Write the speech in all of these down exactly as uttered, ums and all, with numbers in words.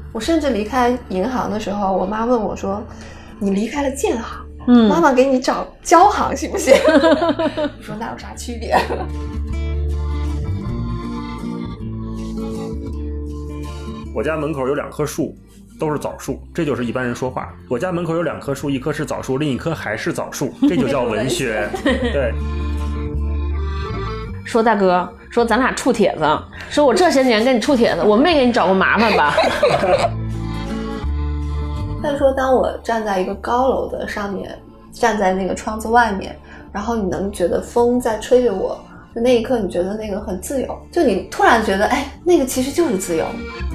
我甚至离开银行的时候，我妈问我说：“你离开了建行，嗯，妈妈给你找交行行不行？”我说那有啥区别？ 我家门口有两棵树，都是枣树，这就是一般人说话。我家门口有两棵树，一棵是枣树，另一棵还是枣树，这就叫文学。对。 说大哥，说咱俩处帖子，说我这些年跟你处帖子，我没给你找过麻烦吧？ 但是说当我站在一个高楼的上面，站在那个窗子外面，然后你能觉得风在吹着我，就那一刻你觉得那个很自由，就你突然觉得哎，那个其实就是自由。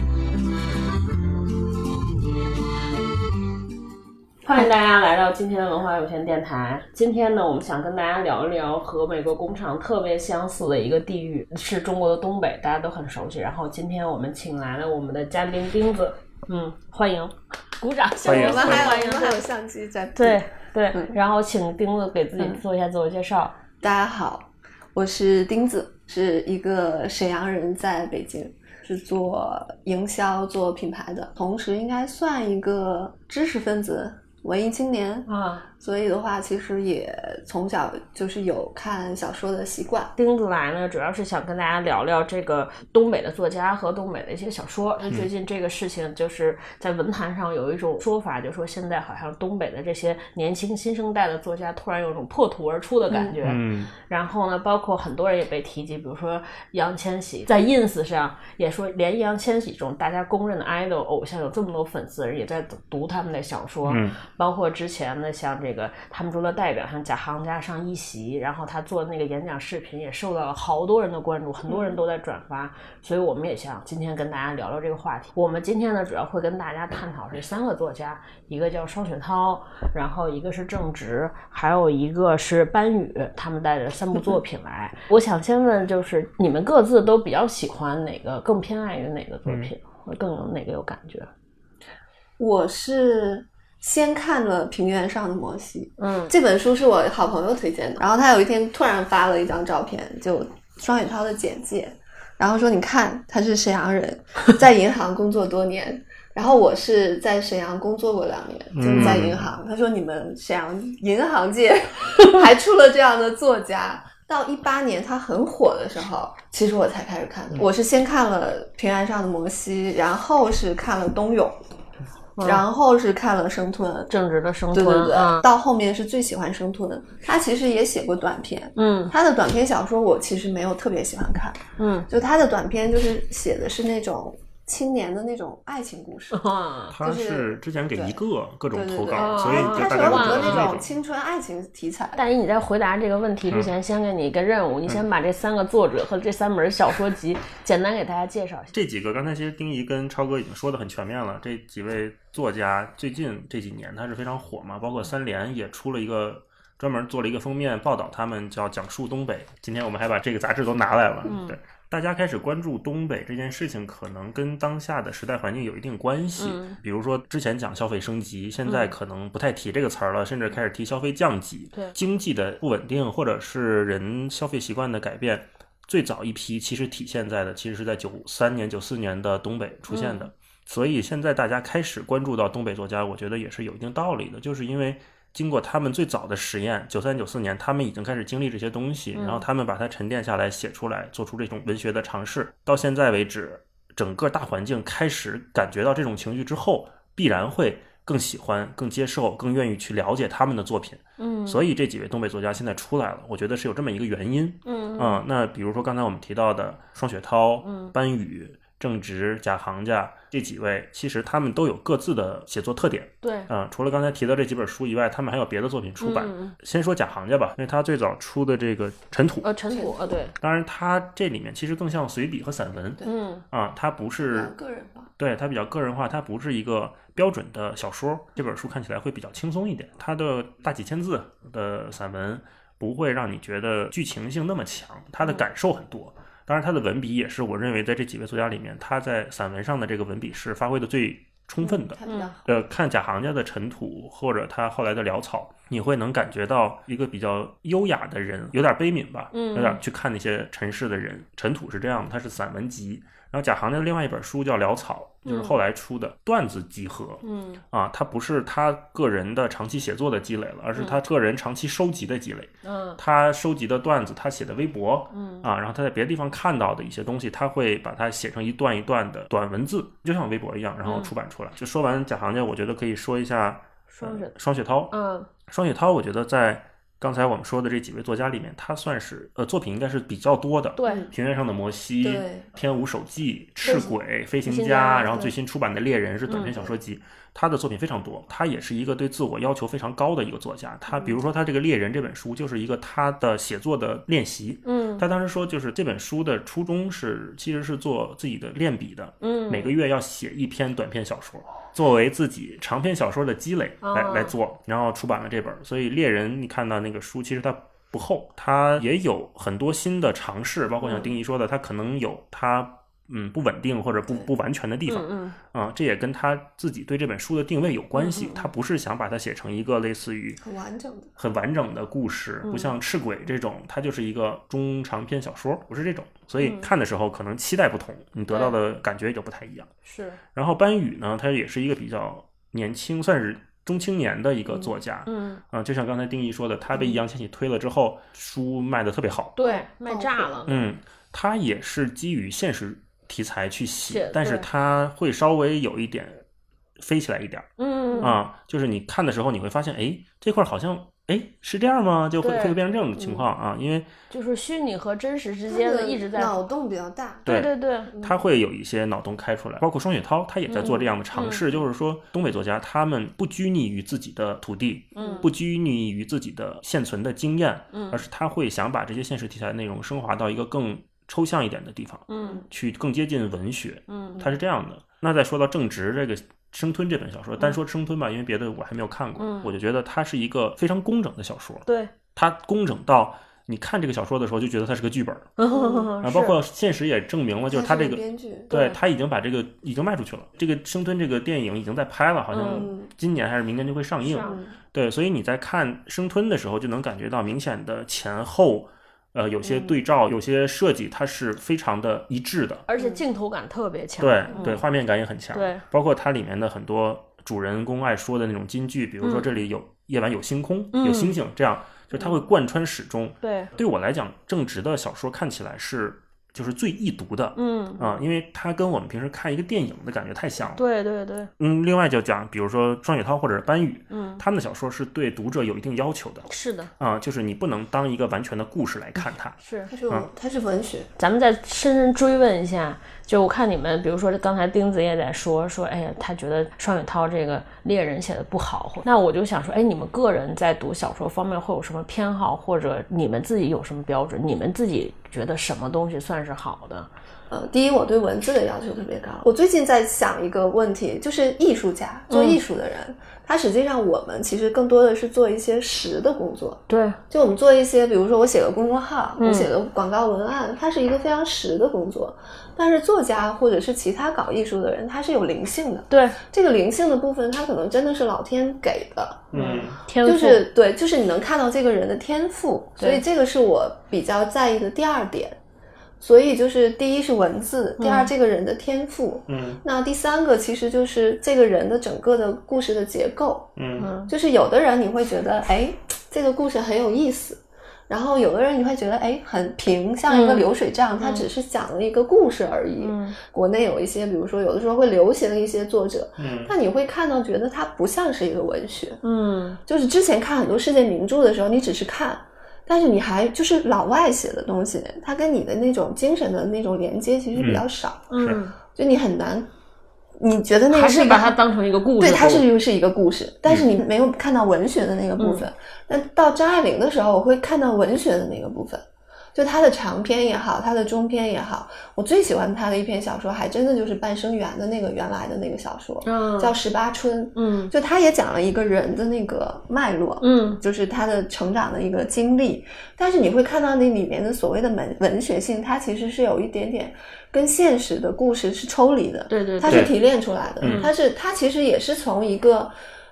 欢迎大家来到今天的文化有限电台。今天呢，我们想跟大家聊一聊和美国工厂特别相似的一个地域，是中国的东北，大家都很熟悉。然后今天我们请来了我们的嘉宾丁子，嗯，欢迎，鼓掌， 欢迎， 我们还有我们还有相机在。 对对、嗯，然后请丁子给自己做一下自我介绍。 嗯、大家好，我是丁子，是一个沈阳人，在北京。是做营销、做品牌的，同时应该算一个知识分子、文艺青年啊。所以的话，其实也从小就是有看小说的习惯。 丁子来呢，主要是想跟大家聊聊这个东北的作家和东北的一些小说。那、嗯、最近这个事情，就是在文坛上有一种说法，就说现在好像东北的这些年轻新生代的作家突然有一种破土而出的感觉。 嗯。 然后呢，包括很多人也被提及，比如说易烊千玺，在 ins 上也说，连易烊千玺这种大家公认的 idol 偶像有这么多粉丝，人也在读他们的小说。嗯。包括之前的像这个他们中的代表，像贾行家上一席，然后他做的那个演讲视频也受到了好多人的关注，很多人都在转发。所以我们也想今天跟大家聊聊这个话题。我们今天呢，主要会跟大家探讨是三个作家，一个叫双雪涛，然后一个是郑直，还有一个是班宇，他们带着三部作品来。我想先问，就是你们各自都比较喜欢哪个，更偏爱于哪个作品，嗯、更有哪个有感觉？ 我是先看了《平原上的摩西》，嗯，这本书是我好朋友推荐的，然后他有一天突然发了一张照片，就双雪涛的简介，然后说你看他是沈阳人，在银行工作多年，然后我是在沈阳工作过两年，就是在银行，嗯、他说你们沈阳银行界还出了这样的作家。到一八年他很火的时候，其实我才开始看的。我是先看了《平原上的摩西》，然后是看了冬泳。嗯、然后是看了生吞， 正直的生吞， 对对对、 嗯， 到后面是最喜欢生吞。他其实也写过短篇，嗯，他的短篇小说我其实没有特别喜欢看，嗯，就他的短篇就是写的是那种青年的那种爱情故事， 啊、他是之前给一个各种投稿， 对对对所以就大概有很多那种青春爱情题材。 大一，你在回答这个问题之前，嗯、先给你一个任务，你先把这三个作者和这三本小说集简单给大家介绍一下。 这几个刚才其实丁仪跟超哥已经说的很全面了，这几位作家最近这几年他是非常火嘛，包括三联也出了一个专门做了一个封面报道他们，叫讲述东北。今天我们还把这个杂志都拿来了，嗯、对。大家开始关注东北这件事情，可能跟当下的时代环境有一定关系。嗯、比如说之前讲消费升级，现在可能不太提这个词儿了，嗯、甚至开始提消费降级。 对， 经济的不稳定或者是人消费习惯的改变，最早一批其实体现在的其实是在九三年、九四年的东北出现的。嗯、所以现在大家开始关注到东北作家，我觉得也是有一定道理的，就是因为经过他们最早的实验，九三九四年他们已经开始经历这些东西，然后他们把它沉淀下来写出来，做出这种文学的尝试。到现在为止，整个大环境开始感觉到这种情绪之后，必然会更喜欢、更接受、更愿意去了解他们的作品。嗯，所以这几位东北作家现在出来了，我觉得是有这么一个原因。嗯嗯，那比如说刚才我们提到的双雪涛、嗯、班宇、郑直、贾行家这几位，其实他们都有各自的写作特点。 对， 嗯，除了刚才提到这几本书以外，他们还有别的作品出版。嗯、先说贾行家吧，因为他最早出的这个《尘土》， 呃，《尘土》啊，对。 当然，他这里面其实更像随笔和散文。嗯，啊，他不是个人化， 对，他比较个人化，他不是一个标准的小说。这本书看起来会比较轻松一点，他的大几千字的散文不会让你觉得剧情性那么强，他的感受很多。嗯，当然他的文笔也是我认为在这几位作家里面，他在散文上的这个文笔是发挥的最充分的。 嗯、 呃，看贾行家的《尘土》或者他后来的《潦草》， 你会能感觉到一个比较优雅的人，有点悲悯吧，有点去看那些尘世的人。尘土是这样的，它是散文集。然后贾行家的另外一本书叫潦草，就是后来出的段子集合。嗯啊，它不是他个人的长期写作的积累了，而是他个人长期收集的积累。嗯，他收集的段子，他写的微博，嗯啊，然后他在别的地方看到的一些东西，他会把它写成一段一段的短文字，就像微博一样，然后出版出来。就说完贾行家，我觉得可以说一下双雪、呃、 双雪涛。 嗯， 双雪涛，我觉得在刚才我们说的这几位作家里面，他算是呃作品应该是比较多的。 对， 平原上的摩西、天舞手记、赤鬼、飞行家， 家，然后最新出版的猎人是短篇小说集，他的作品非常多。他也是一个对自我要求非常高的一个作家。他比如说他这个猎人这本书就是一个他的写作的练习。嗯，他当时说就是这本书的初衷是其实是做自己的练笔的。嗯，每个月要写一篇短篇小说，作为自己长篇小说的积累来、哦、来做，然后出版了这本。所以猎人你看到那个书其实它不厚，它也有很多新的尝试，包括像丁仪说的，它可能有它嗯不稳定或者不不完全的地方。嗯嗯啊，这也跟他自己对这本书的定位有关系。嗯嗯嗯，他不是想把它写成一个类似于很完整的很完整的故事，不像赤鬼这种，它就是一个中长篇小说，不是这种。所以看的时候可能期待不同，你得到的感觉也就不太一样。 是。 然后班宇呢，他也是一个比较年轻，算是中青年的一个作家。嗯啊，就像刚才丁仪说的，他被易烊千玺推了之后，书卖得特别好。 对，卖炸了。 嗯，他也是基于现实题材去写，但是他会稍微有一点飞起来一点。嗯啊，就是你看的时候你会发现，哎，这块好像哎是这样吗？就会会变成这种情况啊，因为就是虚拟和真实之间的一直在脑洞比较大。 对对对， 他会有一些脑洞开出来，包括双雪涛他也在做这样的尝试。嗯嗯、就是说东北作家他们不拘泥于自己的土地，嗯，不拘泥于自己的现存的经验，嗯，而是他会想把这些现实题材的内容升华到一个更抽象一点的地方，嗯，去更接近文学，嗯，它是这样的。那再说到正直这个生吞这本小说，单说生吞吧，因为别的我还没有看过，嗯，我就觉得它是一个非常工整的小说。 对， 它工整到你看这个小说的时候就觉得它是个剧本，嗯，啊，包括现实也证明了，就是它这个编剧， 对，它已经把这个已经卖出去了。这个生吞这个电影已经在拍了，好像今年还是明年就会上映。嗯、对，所以你在看生吞的时候就能感觉到明显的前后。呃，有些对照，嗯、有些设计，它是非常的一致的， 而且镜头感特别强。 对对，画面感也很强。 对， 包括它里面的很多主人公爱说的那种金句，比如说这里有、嗯、夜晚有星空，嗯、有星星，这样就它会贯穿始终。 对， 对我来讲，正直的小说看起来是就是最易读的。嗯啊，因为它跟我们平时看一个电影的感觉太像了。 对对对。 嗯，另外就讲，比如说双雪涛或者是班宇，嗯，他们的小说是对读者有一定要求的。 是的。 啊，就是你不能当一个完全的故事来看它。 是， 它是、嗯、它是文学。 咱们再深深追问一下，就我看你们，比如说刚才丁子也在说说，哎呀，他觉得双雪涛这个猎人写的不好，那我就想说，哎，你们个人在读小说方面会有什么偏好，或者你们自己有什么标准？你们自己觉得什么东西算是好的？ 呃，第一，我对文字的要求特别高。我最近在想一个问题，就是艺术家做艺术的人，嗯、他实际上我们其实更多的是做一些实的工作。 对， 就我们做一些，比如说我写个公众号，嗯、我写个广告文案，它是一个非常实的工作。但是作家或者是其他搞艺术的人，他是有灵性的。 对， 这个灵性的部分，他可能真的是老天给的。 嗯，天赋就是对，就是你能看到这个人的天赋，所以这个是我比较在意的第二点。所以就是第一是文字，第二这个人的天赋，嗯，那第三个其实就是这个人的整个的故事的结构，嗯，就是有的人你会觉得，哎，这个故事很有意思，然后有的人你会觉得，哎，很平，像一个流水账，嗯、它只是讲了一个故事而已。嗯，国内有一些，比如说有的时候会流行一些作者，嗯，但你会看到觉得它不像是一个文学，嗯，就是之前看很多世界名著的时候，你只是看。但是你还就是老外写的东西，它跟你的那种精神的那种连接其实比较少， 嗯， 就你很难，你觉得那个还是把它当成一个故事， 对，它是是一个故事，但是你没有看到文学的那个部分。但、嗯、到张爱玲的时候，我会看到文学的那个部分。就他的长篇也好，他的中篇也好，我最喜欢他的一篇小说还真的就是半生缘的那个原来的那个小说，嗯，叫十八春，嗯，就他也讲了一个人的那个脉络，嗯，就是他的成长的一个经历，但是你会看到那里面的所谓的文文学性，它其实是有一点点跟现实的故事是抽离的， 对对对， 它是提炼出来的，嗯，它是它其实也是从一个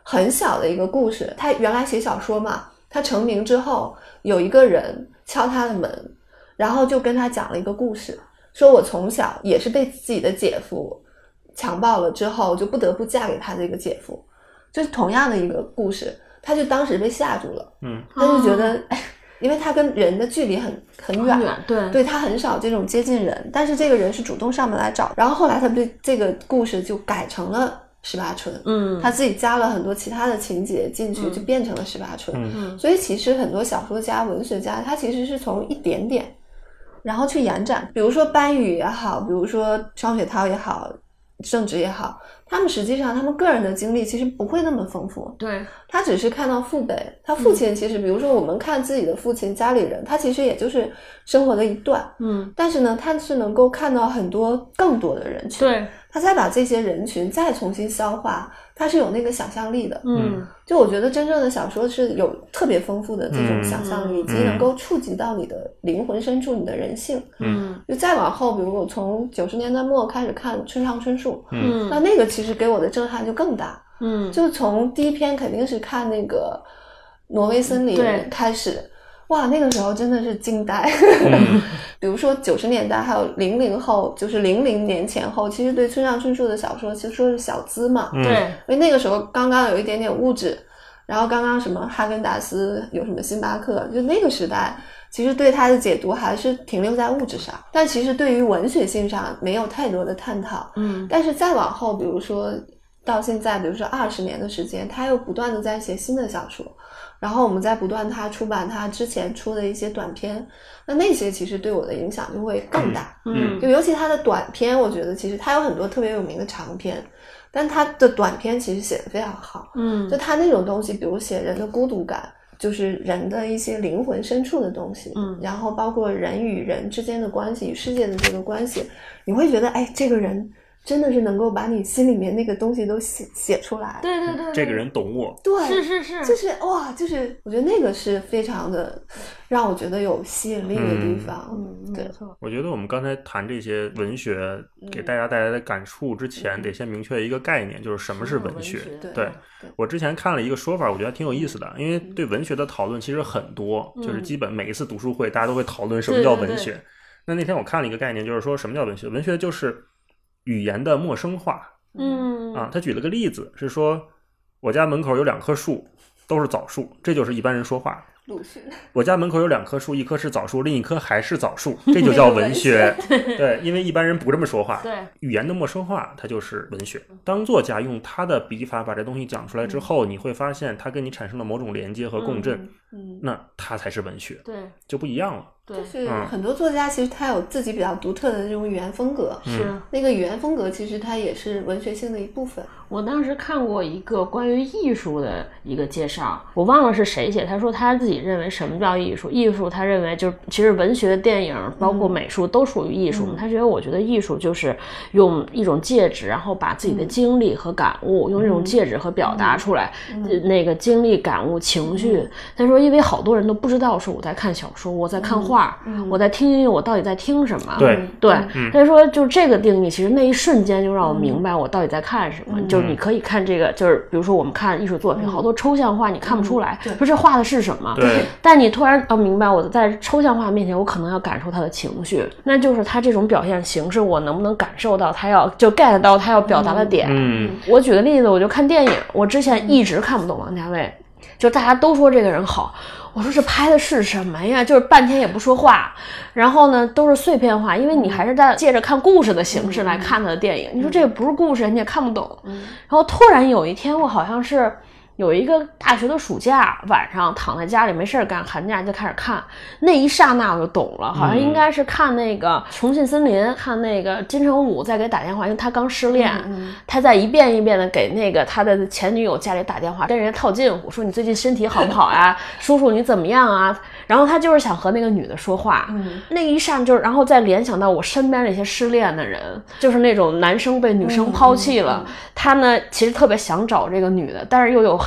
很小的一个故事。他原来写小说嘛，他成名之后有一个人敲他的门，然后就跟他讲了一个故事，说我从小也是被自己的姐夫强暴了之后就不得不嫁给他这个姐夫，就是同样的一个故事，他就当时被吓住了。 嗯， 他就觉得、哦、哎，因为他跟人的距离很很远， 很远对对，他很少这种接近人，但是这个人是主动上门来找，然后后来他对这个故事就改成了十八春， 嗯， 他自己加了很多其他的情节进去，就变成了十八春。 嗯， 所以其实很多小说家、文学家，他其实是从一点点，然后去延展。比如说班宇也好，比如说双雪涛也好，郑执也好，他们实际上他们个人的经历其实不会那么丰富。 对， 他只是看到父辈，他父亲其实、嗯、比如说我们看自己的父亲家里人，他其实也就是生活的一段， 嗯， 但是呢他是能够看到很多更多的人群， 对， 他再把这些人群再重新消化，他是有那个想象力的。 嗯， 就我觉得真正的小说是有特别丰富的这种想象力、嗯、以及能够触及到你的灵魂深处，你的人性。 嗯， 就再往后比如我从九十年代末开始看村上春树， 嗯， 那那个其实给我的震撼就更大。 嗯， 就从第一篇肯定是看那个挪威森林开始，哇，那个时候真的是惊呆。 嗯、 比如说九十年代还有零零后，就是零零年前后，其实对村上春树的小说其实说是小资嘛， 对、嗯， 因为那个时候刚刚有一点点物质，然后刚刚什么哈根达斯有什么星巴克，就那个时代其实对他的解读还是停留在物质上，但其实对于文学性上没有太多的探讨。 嗯， 但是再往后比如说到现在比如说二十年的时间，他又不断的在写新的小说，然后我们在不断他出版他之前出的一些短篇，那那些其实对我的影响就会更大。 嗯， 就尤其他的短篇，我觉得其实他有很多特别有名的长篇，但他的短篇其实写得非常好。 嗯， 就他那种东西，比如写人的孤独感，就是人的一些灵魂深处的东西， 嗯， 然后包括人与人之间的关系与世界的这个关系，你会觉得哎，这个人真的是能够把你心里面那个东西都写写出来。 对对 对, 对， 这个人懂我。 对， 是是是， 就是哇，就是我觉得那个是非常的让我觉得有吸引力的地方。 嗯， 对， 没错。 我觉得我们刚才谈这些文学给大家带来的感触之前，嗯、得先明确一个概念，就是什么是文学。 文学对， 对，我之前看了一个说法，我觉得挺有意思的，因为对文学的讨论其实很多，嗯、就是基本每一次读书会大家都会讨论什么叫文学。 对对对， 那那天我看了一个概念，就是说什么叫文学？文学就是语言的陌生化。 嗯啊，他举了个例子，是说我家门口有两棵树，都是枣树，这就是一般人说话。 鲁迅， 我家门口有两棵树，一棵是枣树，另一棵还是枣树，这就叫文学。对，因为一般人不这么说话。 对， 语言的陌生化，它就是文学。当作家用他的笔法把这东西讲出来之后，嗯、你会发现它跟你产生了某种连接和共振， 嗯， 那它才是文学。 对， 就不一样了。 对， 就是很多作家其实他有自己比较独特的这种语言风格， 是、 嗯、那个语言风格其实它也是文学性的一部分。 我当时看过一个关于艺术的一个介绍，我忘了是谁写，他说他自己认为什么叫艺术，艺术他认为就是其实文学、电影包括美术都属于艺术、嗯、他觉得我觉得艺术就是用一种介质，然后把自己的经历和感悟、嗯、用这种介质和表达出来、嗯、那个经历感悟情绪、嗯、他说因为好多人都不知道说我在看小说，我在看画、嗯、我在听音乐，我到底在听什么。 对对、 嗯、 他说就这个定义其实那一瞬间就让我明白我到底在看什么、嗯、就是你可以看这个，就是比如说我们看艺术作品、嗯、好多抽象画你看不出来、嗯、说这画的是什么， 对， 但你突然要明白我在抽象画面前我可能要感受他的情绪，那就是他这种表现形式我能不能感受到他要就 get 到他要表达的点。 嗯， 我举个例子，我就看电影，我之前一直看不懂王家卫，就大家都说这个人好，我说这拍的是什么呀，就是半天也不说话，然后呢都是碎片化，因为你还是在借着看故事的形式来看他的电影、嗯、你说这个不是故事你也看不懂、嗯、然后突然有一天我好像是有一个大学的暑假晚上躺在家里没事干，寒假就开始看，那一刹那我就懂了，好像应该是看那个重庆森林，看那个金城武在给打电话，因为他刚失恋、嗯、他在一遍一遍的给那个他的前女友家里打电话，跟人家套近乎，说你最近身体好不好啊叔叔你怎么样啊，然后他就是想和那个女的说话、嗯、那一刹就是然后再联想到我身边那些失恋的人，就是那种男生被女生抛弃了、嗯嗯、他呢其实特别想找这个女的，但是又有很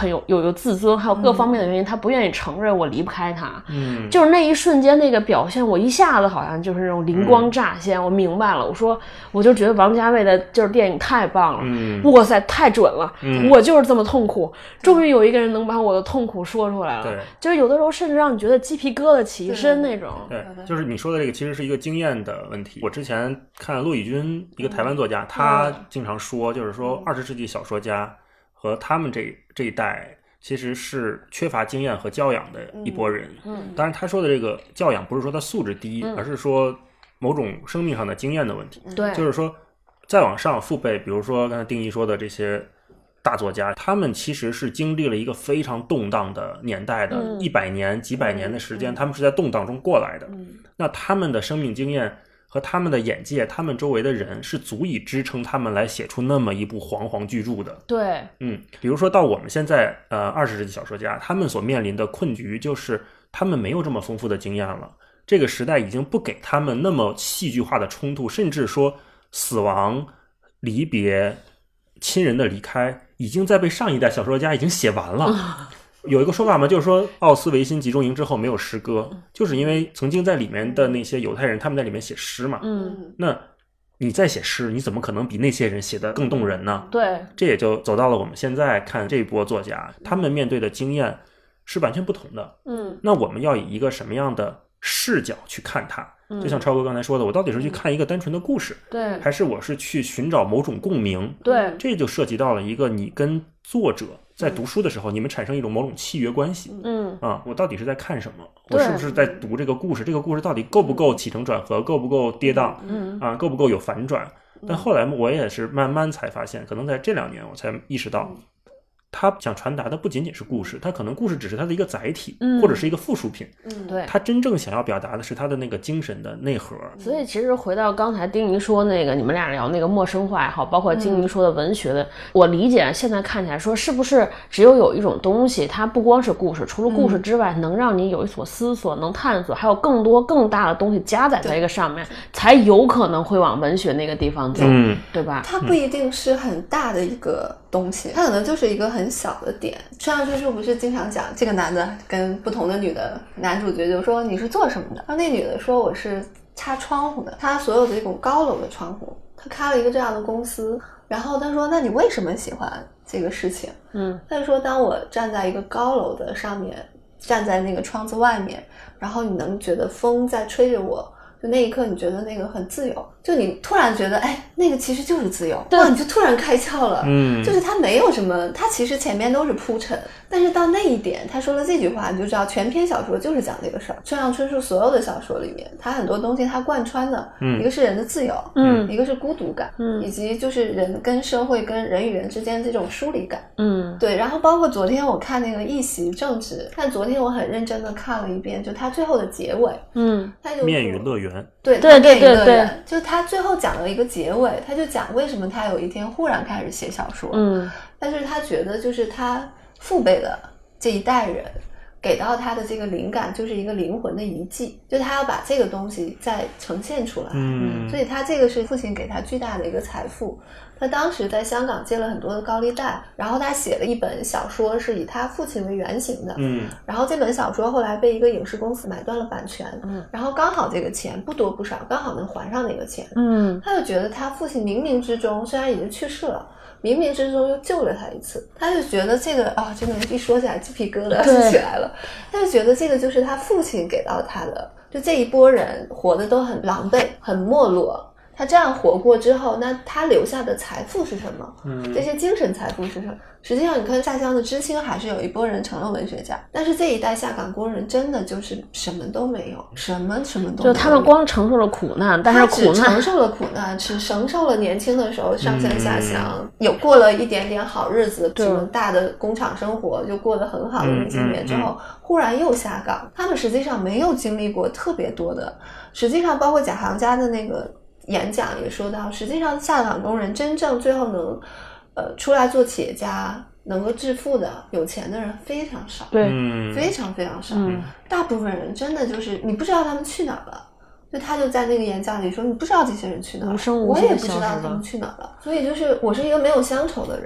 很有有有自尊，还有各方面的原因，他不愿意承认我离不开他。 嗯， 就是那一瞬间那个表现，我一下子好像就是那种灵光乍现，嗯、我明白了。我说，我就觉得王家卫的就是电影太棒了， 嗯， 哇塞，太准了， 嗯、 我就是这么痛苦，终于有一个人能把我的痛苦说出来了。 对， 就是有的时候甚至让你觉得鸡皮疙瘩起身那种。 对，就是你说的这个其实是一个经验的问题。我之前看骆以军，一个台湾作家，嗯、他经常说，就是说二十世纪小说家和他们这这一代其实是缺乏经验和教养的一拨人。 嗯， 当然他说的这个教养不是说他素质低， 嗯、 而是说某种生命上的经验的问题。 对， 就是说再往上父辈，比如说刚才丁仪说的这些大作家，他们其实是经历了一个非常动荡的年代的，一百、嗯、年几百年的时间、嗯、他们是在动荡中过来的、嗯、那他们的生命经验和他们的眼界，他们周围的人是足以支撑他们来写出那么一部煌煌巨著的。 对， 嗯，比如说到我们现在呃二十世纪小说家，他们所面临的困局就是他们没有这么丰富的经验了，这个时代已经不给他们那么戏剧化的冲突，甚至说死亡、离别、亲人的离开已经在被上一代小说家已经写完了、嗯、有一个说法嘛，就是说奥斯维辛集中营之后没有诗歌、嗯、就是因为曾经在里面的那些犹太人他们在里面写诗嘛。 嗯， 那你再写诗，你怎么可能比那些人写得更动人呢？ 对，这也就走到了我们现在看这一波作家，他们面对的经验是完全不同的。 嗯， 那我们要以一个什么样的视角去看它？就像超哥刚才说的，我到底是去看一个单纯的故事， 对， 还是我是去寻找某种共鸣？ 对， 这就涉及到了一个你跟作者在读书的时候，你们产生一种某种契约关系。 嗯啊，我到底是在看什么？我是不是在读这个故事？这个故事到底够不够起承转合？够不够跌宕？ 嗯啊，够不够有反转？但后来我也是慢慢才发现，可能在这两年我才意识到。他想传达的不仅仅是故事，他可能故事只是他的一个载体、嗯、或者是一个附属品。 嗯，对， 他真正想要表达的是他的那个精神的内核。 所以其实回到刚才丁仪说那个你们俩聊那个陌生化也好，包括丁仪说的文学的、嗯、我理解现在看起来说是不是只有有一种东西它不光是故事，除了故事之外、嗯、能让你有一所思索，能探索，还有更多更大的东西加载在一个上面，才有可能会往文学那个地方走、 嗯、 对吧？ 它不一定是很大的一个东西，它可能就是一个很小的点。村上春树不是经常讲这个男的跟不同的女的男主角就说你是做什么的，然后那女的说我是擦窗户的，他所有的这种高楼的窗户，他开了一个这样的公司，然后他说那你为什么喜欢这个事情？ 嗯， 他就说当我站在一个高楼的上面，站在那个窗子外面，然后你能觉得风在吹着我，就那一刻你觉得那个很自由，就你突然觉得哎，那个其实就是自由，哇，你就突然开窍了。 嗯， 就是他没有什么，他其实前面都是铺陈，但是到那一点他说了这句话，你就知道全篇小说就是讲这个事儿。村上春树所有的小说里面，他很多东西他贯穿的、嗯、一个是人的自由， 嗯， 一个是孤独感， 嗯， 以及就是人跟社会跟人与人之间这种疏离感， 嗯， 对。然后包括昨天我看那个一席正直，但昨天我很认真的看了一遍，就他最后的结尾， 嗯， 他就面与乐园， 对对对对对， 就他最后讲了一个结尾，他就讲为什么他有一天忽然开始写小说， 嗯， 但是他觉得就是他父辈的这一代人给到他的这个灵感就是一个灵魂的遗迹，就他要把这个东西再呈现出来， 嗯， 所以他这个是父亲给他巨大的一个财富。他当时在香港借了很多的高利贷，然后他写了一本小说是以他父亲为原型的， 嗯， 然后这本小说后来被一个影视公司买断了版权， 嗯， 然后刚好这个钱不多不少，刚好能还上那个钱， 嗯， 他就觉得他父亲冥冥之中虽然已经去世了，冥冥之中又救了他一次，他就觉得这个啊、哦，真的一说起来鸡皮疙瘩就起来了，他就觉得这个就是他父亲给到他的，就这一波人活得都很狼狈很没落，他这样活过之后，那他留下的财富是什么？ 嗯， 这些精神财富是什么？实际上你看下乡的知青还是有一波人成了文学家，但是这一代下岗工人真的就是什么都没有，什么什么都没有， 就他们光承受了苦难，但是苦难他只承受了苦难，只承受了年轻的时候上山下乡、嗯、有过了一点点好日子，什么大的工厂生活就过得很好的那些年之后、嗯嗯嗯、忽然又下岗，他们实际上没有经历过特别多的，实际上包括贾行家的那个演讲也说到，实际上下岗工人真正最后能呃出来做企业家能够致富的有钱的人非常少， 对， 非常非常少、 嗯、 大部分人真的就是你不知道他们去哪儿了，就他就在那个演讲里说你不知道这些人去哪儿了， 无声无息我也不知道他们去哪儿了，所以就是我是一个没有乡愁的人，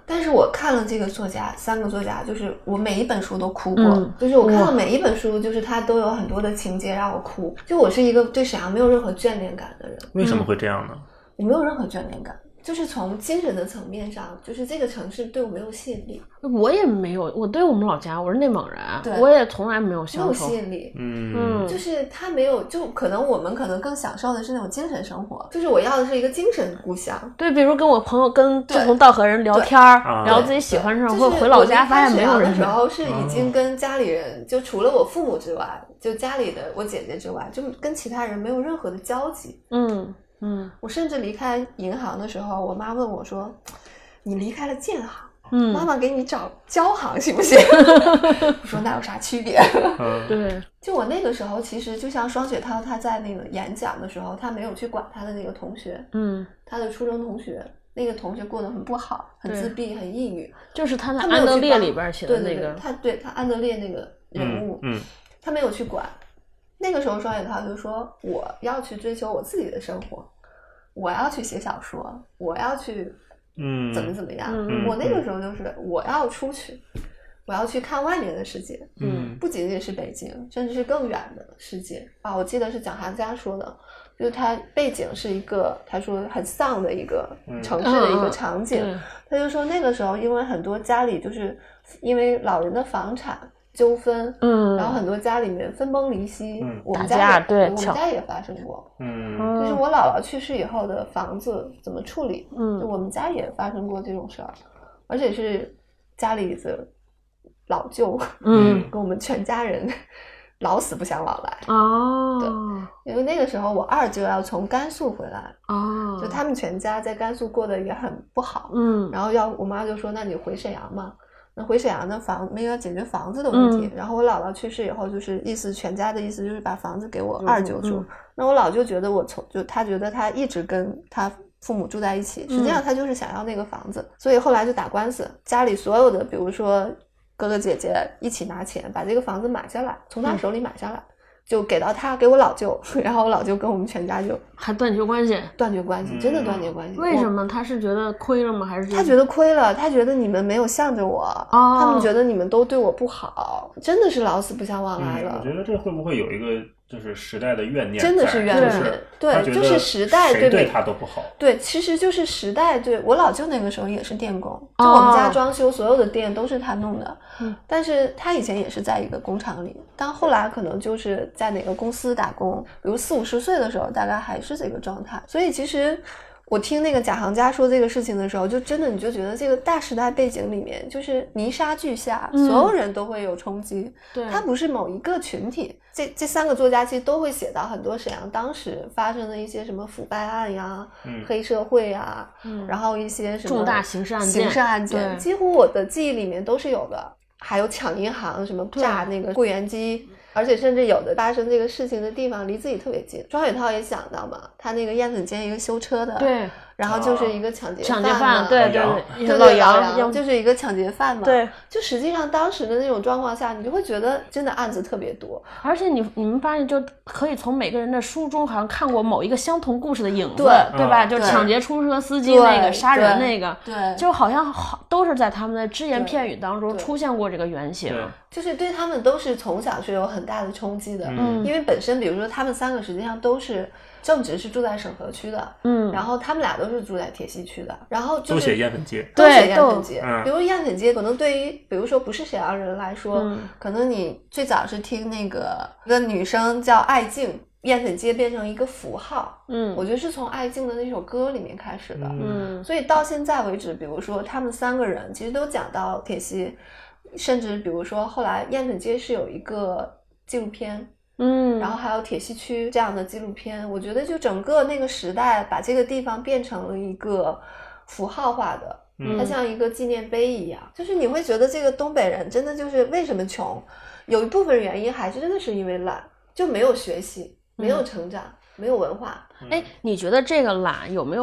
但是我看了这个作家，三个作家，就是我每一本书都哭过， 嗯、 就是我看了每一本书，就是它都有很多的情节让我哭。就我是一个对沈阳没有任何眷恋感的人。 为什么会这样呢？ 我没有任何眷恋感。就是从精神的层面上，就是这个城市对我没有吸引力。 我也没有，我对我们老家，我是内蒙人，我也从来没有享受， 没有吸引力。 嗯， 就是他没有，就可能我们可能更享受的是那种精神生活。就是我要的是一个精神故乡。 对，比如跟我朋友跟志同道合人聊天，聊自己喜欢上，或者回老家发现没有人。 然后是已经跟家里人，就除了我父母之外，就家里的我姐姐之外，就跟其他人没有任何的交集。 嗯。嗯， 我甚至离开银行的时候，我妈问我说：“你离开了建行， 嗯， 妈妈给你找交行行不行？”我说：“那有啥区别？” 对， 就我那个时候，其实就像双雪涛他在那个演讲的时候，他没有去管他的那个同学， 嗯， 他的初中同学，那个同学过得很不好，很自闭，很抑郁， 就是他在安德烈里边写的那个， 对对对，他对他安德烈那个人物， 嗯，嗯他没有去管。那个时候双雪涛就说：“我要去追求我自己的生活。”我要去写小说，我要去， 嗯， 怎么怎么样？ 嗯、 我那个时候就是我要出去，我要去看外面的世界， 嗯， 不仅仅是北京，甚至是更远的世界啊！我记得是蒋行家说的，就是他背景是一个，他说很丧的一个城市的一个场景， 嗯、 他就说那个时候因为很多家里就是因为老人的房产纠纷， 嗯， 然后很多家里面分崩离析， 嗯， 我们家也对， 我们家也发生过， 嗯， 就是我姥姥去世以后的房子怎么处理， 嗯， 就我们家也发生过这种事儿，而且是家里的老舅， 嗯， 跟我们全家人老死不相往来。 哦， 对，因为那个时候我二舅要从甘肃回来， 哦， 就他们全家在甘肃过得也很不好， 嗯， 然后要我妈就说那你回沈阳嘛。那回沈阳的房没有解决房子的问题，嗯、然后我姥姥去世以后，就是意思全家的意思就是把房子给我二舅住。嗯嗯、那我老舅觉得我从就他觉得他一直跟他父母住在一起，实际上他就是想要那个房子，嗯、所以后来就打官司，家里所有的比如说哥哥姐姐一起拿钱把这个房子买下来，从他手里买下来。嗯就给到他，给我老舅，然后我老舅跟我们全家就还断绝关系， 断绝关系，真的断绝关系。 为什么？他是觉得亏了吗？还是他觉得亏了？他觉得你们没有向着我， 哦、 他们觉得你们都对我不好，真的是老死不相往来了。 嗯、我觉得这会不会有一个就是时代的怨念？ 真的是怨念，对，就是时代对对他都不好。 对，其实就是时代对我老舅那个时候也是电工，就我们家装修所有的电都是他弄的， 嗯， 但是他以前也是在一个工厂里，但后来可能就是在哪个公司打工，比如四五十岁的时候，大概还是这个状态。所以其实我听那个贾行家说这个事情的时候，就真的你就觉得这个大时代背景里面，就是泥沙俱下， 嗯、 所有人都会有冲击。 对， 它不是某一个群体。这这三个作家其实都会写到很多沈阳当时发生的一些什么腐败案呀、 嗯、 黑社会啊， 嗯、 然后一些什么重大刑事案件， 刑事案件，几乎我的记忆里面都是有的。还有抢银行，什么炸那个柜员机。而且甚至有的发生这个事情的地方离自己特别近。庄雪涛也讲到嘛，他那个燕子街一个修车的， 对， 然后就是一个抢劫抢劫犯， 对对对对，老杨就是一个抢劫犯嘛。 对， 就实际上当时的那种状况下，你就会觉得真的案子特别多。 而且你你们发现，就可以从每个人的书中好像看过某一个相同故事的影子， 对对吧？就抢劫出租车司机那个，杀人那个， 对， 就好像好都是在他们的只言片语当中出现过这个原型。 就是对他们都是从小是有很大的冲击的， 嗯， 因为本身比如说他们三个实际上都是正直是住在沈河区的， 嗯， 然后他们俩都是住在铁西区的，然后就是都写燕粉街， 都写燕粉街， 嗯， 比如燕粉街可能对于比如说不是沈阳人来说， 嗯， 可能你最早是听那个一个女生叫艾静，燕粉街变成一个符号， 嗯， 我觉得是从艾静的那首歌里面开始的， 嗯， 所以到现在为止，比如说他们三个人其实都讲到铁西。甚至比如说后来燕粉街是有一个纪录片， 嗯， 然后还有铁西区这样的纪录片，我觉得就整个那个时代把这个地方变成了一个符号化的， 嗯， 它像一个纪念碑一样，就是你会觉得这个东北人真的就是为什么穷，有一部分原因还是真的是因为懒，就没有学习，没有成长，嗯，没有文化。 哎，你觉得这个懒有没有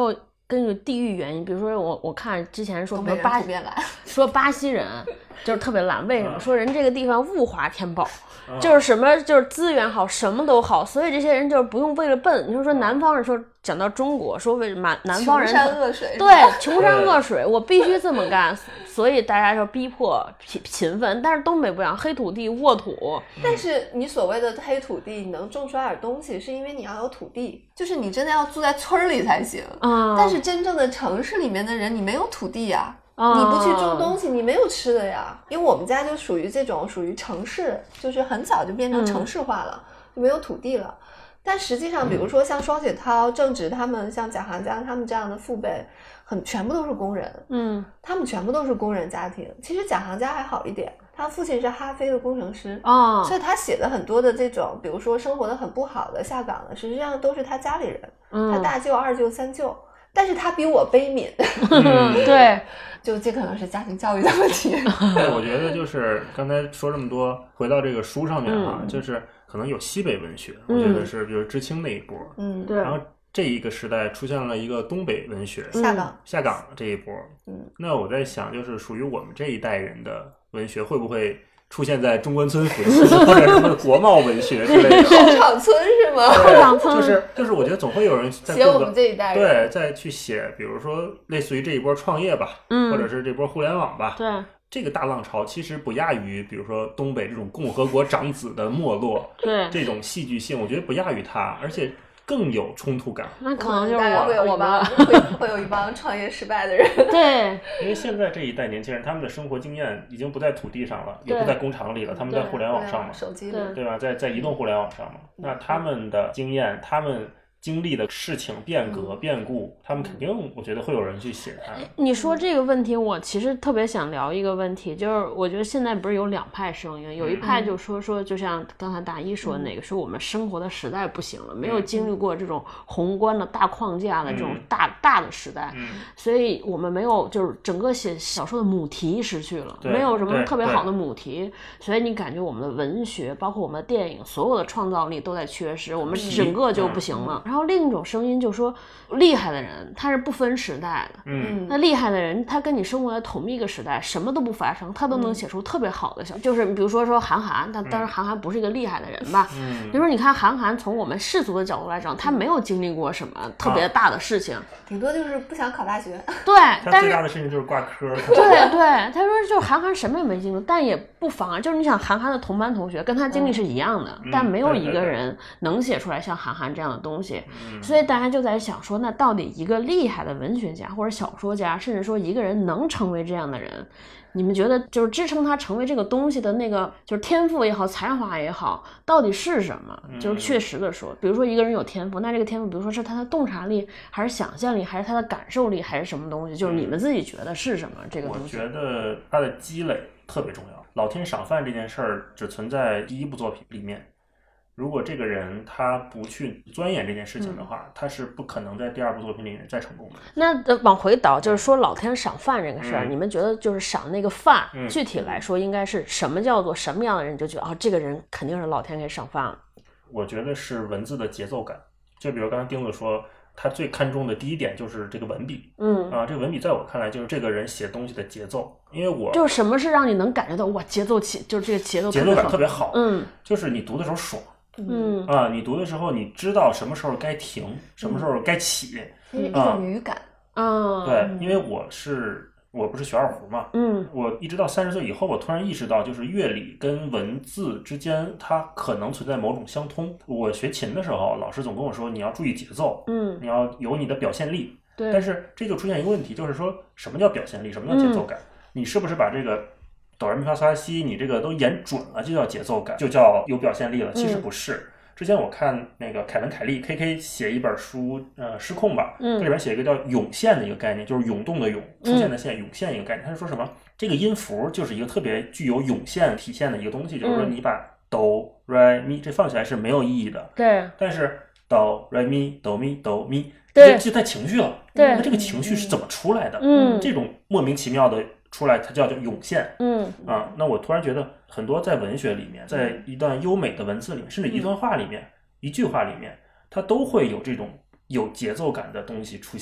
根据地域原因，比如说我我看之前说东北人巴普遍懒， 说巴西人就是特别懒，为什么？说人这个地方物华天宝。 嗯、 就是什么就是资源好，什么都好，所以这些人就是不用为了笨。你说说南方人说讲到中国，说为什么南方人穷山恶水， 对，穷山恶水，我必须这么干，所以大家就逼迫勤勤奋。但是东北不一样，黑土地沃土。 但是你所谓的黑土地，你能种出来点东西，是因为你要有土地，就是你真的要住在村里才行。 嗯， 但是真正的城市里面的人，你没有土地呀、啊。你不去种东西，你没有吃的呀。因为我们家就属于这种属于城市，就是很早就变成城市化了，嗯、就没有土地了。但实际上，比如说像双雪涛、郑直他们，像贾行家他们这样的父辈，很全部都是工人。 嗯， 他们全部都是工人家庭。其实贾行家还好一点，他父亲是哈飞的工程师， 哦， 所以他写的很多的这种，比如说生活的很不好的下岗的，实际上都是他家里人， 嗯、 他大舅、二舅、三舅。但是他比我悲悯， 嗯、对， 就这可能是家庭教育的问题。 对，我觉得就是刚才说这么多，回到这个书上面哈、啊， 嗯、 就是可能有西北文学，嗯、我觉得是比如知青那一波， 嗯， 对， 然后这一个时代出现了一个东北文学， 下岗下岗这一波， 嗯， 那我在想，就是属于我们这一代人的文学会不会出现在中关村附近，或者什么国贸文学之类的？ 后场村是吗？ 后场村就是就是，我觉得总会有人在写我们这一代人， 对，再去写，比如说类似于这一波创业吧， 嗯， 或者是这波互联网吧， 对， 这个大浪潮其实不亚于，比如说东北这种共和国长子的没落， 对， 这种戏剧性，我觉得不亚于它，而且更有冲突感。 那可能就是我会有一帮会会有一帮创业失败的人。 对， 因为现在这一代年轻人，他们的生活经验已经不在土地上了，也不在工厂里了，他们在互联网上嘛， 手机里， 对吧？在在移动互联网上嘛，那他们的经验，他们经历的事情变革、嗯、变故，他们肯定我觉得会有人去写它。 你说这个问题，我其实特别想聊一个问题，就是我觉得现在不是有两派声音，有一派就说说，就像刚才大一说的那个，说我们生活的时代不行了，没有经历过这种宏观的大框架的这种大、嗯、大的时代，所以我们没有就是整个写小说的母题失去了，没有什么特别好的母题，所以你感觉我们的文学，包括我们的电影，所有的创造力都在缺失，我们整个就不行了。然后另一种声音就说，厉害的人他是不分时代的， 嗯， 那厉害的人他跟你生活在同一个时代，什么都不发生，他都能写出特别好的小，嗯、就是比如说说韩寒，但当然韩寒不是一个厉害的人吧， 嗯， 比如说你看韩寒从我们世俗的角度来讲，他没有经历过什么特别大的事情，啊、 顶多就是不想考大学， 对， 他最大的事情就是挂科， 对对，他说就是韩寒什么也没经历，但也不妨碍，就是你想韩寒的同班同学跟他经历是一样的，嗯、但没有一个人能写出来像韩寒这样的东西。 嗯， 所以大家就在想说，那到底一个厉害的文学家或者小说家，甚至说一个人能成为这样的人，你们觉得就是支撑他成为这个东西的那个就是天赋也好，才华也好，到底是什么？就是确实的说，比如说一个人有天赋，那这个天赋比如说是他的洞察力，还是想象力，还是他的感受力，还是什么东西？就是你们自己觉得是什么？这个东西， 我觉得他的积累特别重要。老天赏饭这件事儿只存在第一部作品里面。如果这个人他不去钻研这件事情的话，嗯、他是不可能在第二部作品里面再成功的。 那、呃、往回倒，就是说老天赏饭这个事儿、嗯，你们觉得就是赏那个饭、嗯，具体来说应该是什么叫做什么样的人，你就觉得啊、哦，这个人肯定是老天给赏饭了。 我觉得是文字的节奏感，就比如刚才丁子说，他最看重的第一点就是这个文笔， 嗯啊，这个文笔在我看来就是这个人写东西的节奏，因为我就是什么是让你能感觉到哇节奏起，就是这个节奏节奏感特别好， 嗯， 就是你读的时候爽。 嗯啊，你读的时候，你知道什么时候该停，什么时候该起， 嗯、一种语感啊。 对，因为我是我不是学二胡嘛， 嗯， 我一直到三十岁以后，我突然意识到，就是乐理跟文字之间，它可能存在某种相通。我学琴的时候，老师总跟我说，你要注意节奏， 嗯， 你要有你的表现力。 对， 但是这就出现一个问题，就是说什么叫表现力，什么叫节奏感？嗯、你是不是把这个哆来咪发嗦拉西，你这个都演准了，就叫节奏感，就叫有表现力了。其实不是。嗯、之前我看那个凯文凯利 K K 写一本书，呃，失控吧， 嗯， 这里边写一个叫涌现的一个概念，就是涌动的涌，出现的现，涌现一个概念。他是说什么？这个音符就是一个特别具有涌现体现的一个东西，就是说你把哆来咪这放起来是没有意义的， 对， 但是哆来咪哆咪哆咪， 对， 就带情绪了。 对， 那这个情绪是怎么出来的？ 嗯， 这种莫名其妙的出来，它叫叫涌现。 嗯啊，那我突然觉得很多在文学里面，在一段优美的文字里面，甚至一段话里面、嗯、一句话里面，它都会有这种有节奏感的东西出现。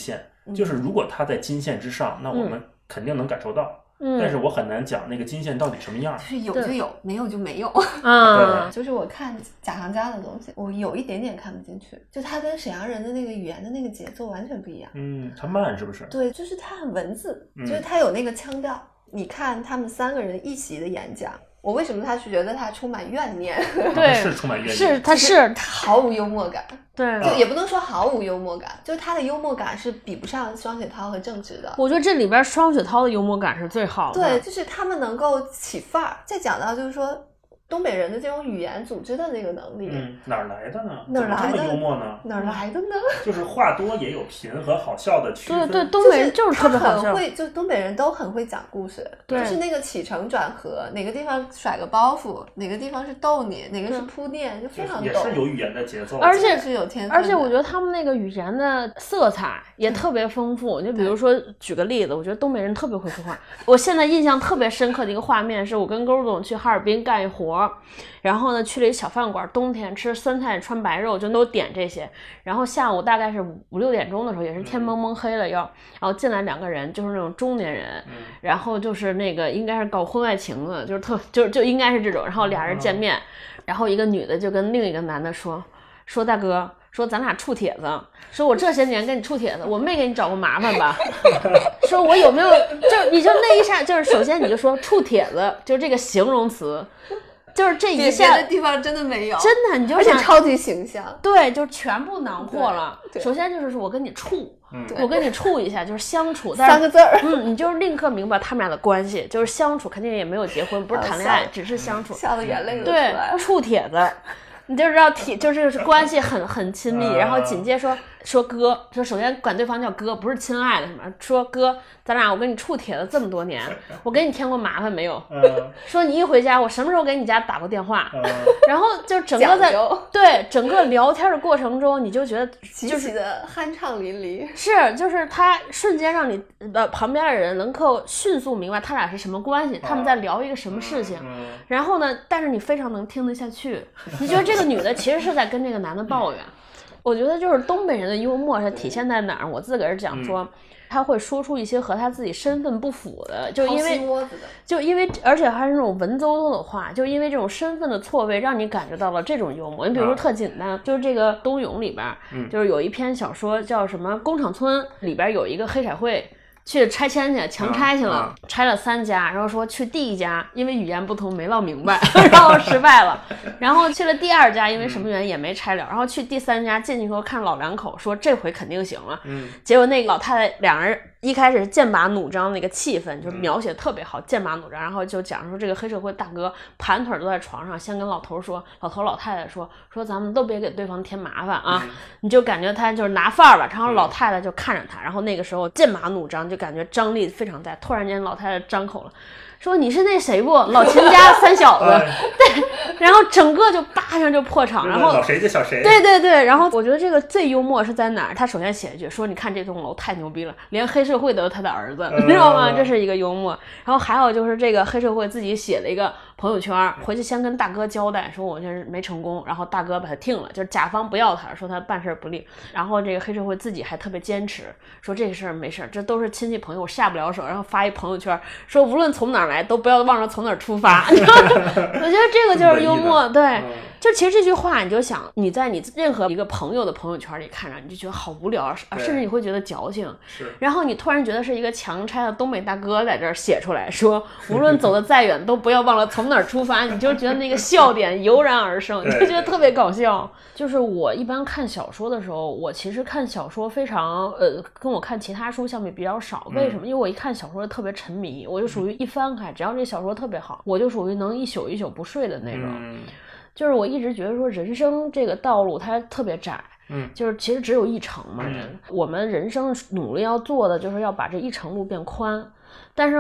就是如果它在金线之上，那我们肯定能感受到。嗯，但是我很难讲那个金线到底什么样， 就是有就有，没有就没有。 啊， 就是我看贾行家的东西，我有一点点看不进去，就他跟沈阳人的那个语言的那个节奏完全不一样。 嗯，他慢是不是？ 对，就是他很文字，嗯、就是他有那个腔调。你看他们三个人一席的演讲，我为什么他是觉得他充满怨念？ 对， 是充满怨念， 是他是他毫无幽默感。 对， 就也不能说毫无幽默感，就是他的幽默感是比不上双雪涛和郑执的。 我觉得这里边双雪涛的幽默感是最好的。 对，就是他们能够起范儿。再讲到就是说东北人的这种语言组织的那个能力， 嗯，哪儿来的呢？ 哪儿来的？ 怎么这么幽默呢？ 哪儿来的呢？ 就是话多也有贫和好笑的区分。 对对，东北人就是特别好笑。 会，就东北人都很会讲故事， 对， 就是那个起承转合，哪个地方甩个包袱，哪个地方是逗你，哪个是铺垫，就非常逗。 也是有语言的节奏， 而且是有天分。 而且我觉得他们那个语言的色彩也特别丰富。就比如说举个例子，我觉得东北人特别会说话。我现在印象特别深刻的一个画面是我跟勾总去哈尔滨干一活，然后呢去了一小饭馆，冬天吃酸菜川白肉就都点这些，然后下午大概是五六点钟的时候，也是天蒙蒙黑了要，然后进来两个人，就是那种中年人，然后就是那个应该是搞婚外情的，就是特就就应该是这种，然后俩人见面，然后一个女的就跟另一个男的说说大哥，说咱俩处帖子，说我这些年跟你处帖子，我没给你找过麻烦吧？说我有没有就你就那一下，就是首先你就说处帖子，就是这个形容词。就是这一下， 别的地方真的没有， 真的，你就而且超级形象， 对，就全部囊括了。首先就是我跟你处，我跟你处一下，就是相处， 三个字儿， 嗯，你就是立刻明白他们俩的关系，就是相处，肯定也没有结婚，不是谈恋爱，只是相处， 笑的眼泪都出来了。 对，处帖子，你就知道体就是关系很很亲密，然后紧接着说说哥，就首先管对方叫哥，不是亲爱的什么，说哥，咱俩我跟你处帖子这么多年，我给你添过麻烦没有？说你一回家，我什么时候给你家打过电话？然后就整个在对整个聊天的过程中，你就觉得就是的酣畅淋漓， 是就是他瞬间让你呃旁边的人能够迅速明白他俩是什么关系，他们在聊一个什么事情，然后呢，但是你非常能听得下去，你觉得这个女的其实是在跟这个男的抱怨。我觉得就是东北人的幽默是体现在哪儿？我自个儿讲说，他会说出一些和他自己身份不符的，就因为就因为而且还是那种文绉绉的话，就因为这种身份的错位，让你感觉到了这种幽默。你比如说特简单，就是这个冬泳里边，就是有一篇小说叫什么《工厂村》，里边有一个黑社会。去拆迁去，强拆去了，嗯嗯、拆了三家，然后说去第一家，因为语言不通没闹明白，然后失败了，然后去了第二家，因为什么原因也没拆了，然后去第三家，进去以后看老两口，说这回肯定行了，嗯，结果那个老太太两人一开始剑拔弩张那个气氛就描写特别好，剑拔弩张，然后就讲说这个黑社会大哥盘腿都在床上，先跟老头说，老头老太太说说咱们都别给对方添麻烦啊，嗯、你就感觉他就是拿范儿了，然后老太太就看着他，然后那个时候剑拔弩张就感觉张力非常大，突然间老太太张口了，说你是那谁不？老秦家三小子，对，然后整个就叭上就破场，然后老谁就小谁， 对对对，然后我觉得这个最幽默是在哪儿？他首先写一句说，你看这栋楼太牛逼了，连黑社会都是他的儿子，你知道吗？这是一个幽默。然后还有就是这个黑社会自己写了一个朋友圈，回去先跟大哥交代说我这是没成功，然后大哥把他听了，就是甲方不要他，说他办事不力，然后这个黑社会自己还特别坚持，说这个事儿没事，这都是亲戚朋友，下不了手，然后发一朋友圈说无论从哪儿来都不要忘了从哪儿出发。我觉得这个就是幽默，对，就其实这句话你就想你在你任何一个朋友的朋友圈里看着，你就觉得好无聊，甚至你会觉得矫情，然后你突然觉得是一个强拆的东北大哥在这儿写出来说无论走得再远都不要忘了从哪儿出发，你就觉得那个笑点油然而生，你就觉得特别搞笑。就是我一般看小说的时候，我其实看小说非常呃，跟我看其他书相比比较少，为什么？因为我一看小说特别沉迷，我就属于一翻开只要这小说特别好，我就属于能一宿一宿不睡的那种。嗯，就是我一直觉得说人生这个道路它特别窄，嗯，就是其实只有一程嘛，嗯，我们人生努力要做的就是要把这一程路变宽，但是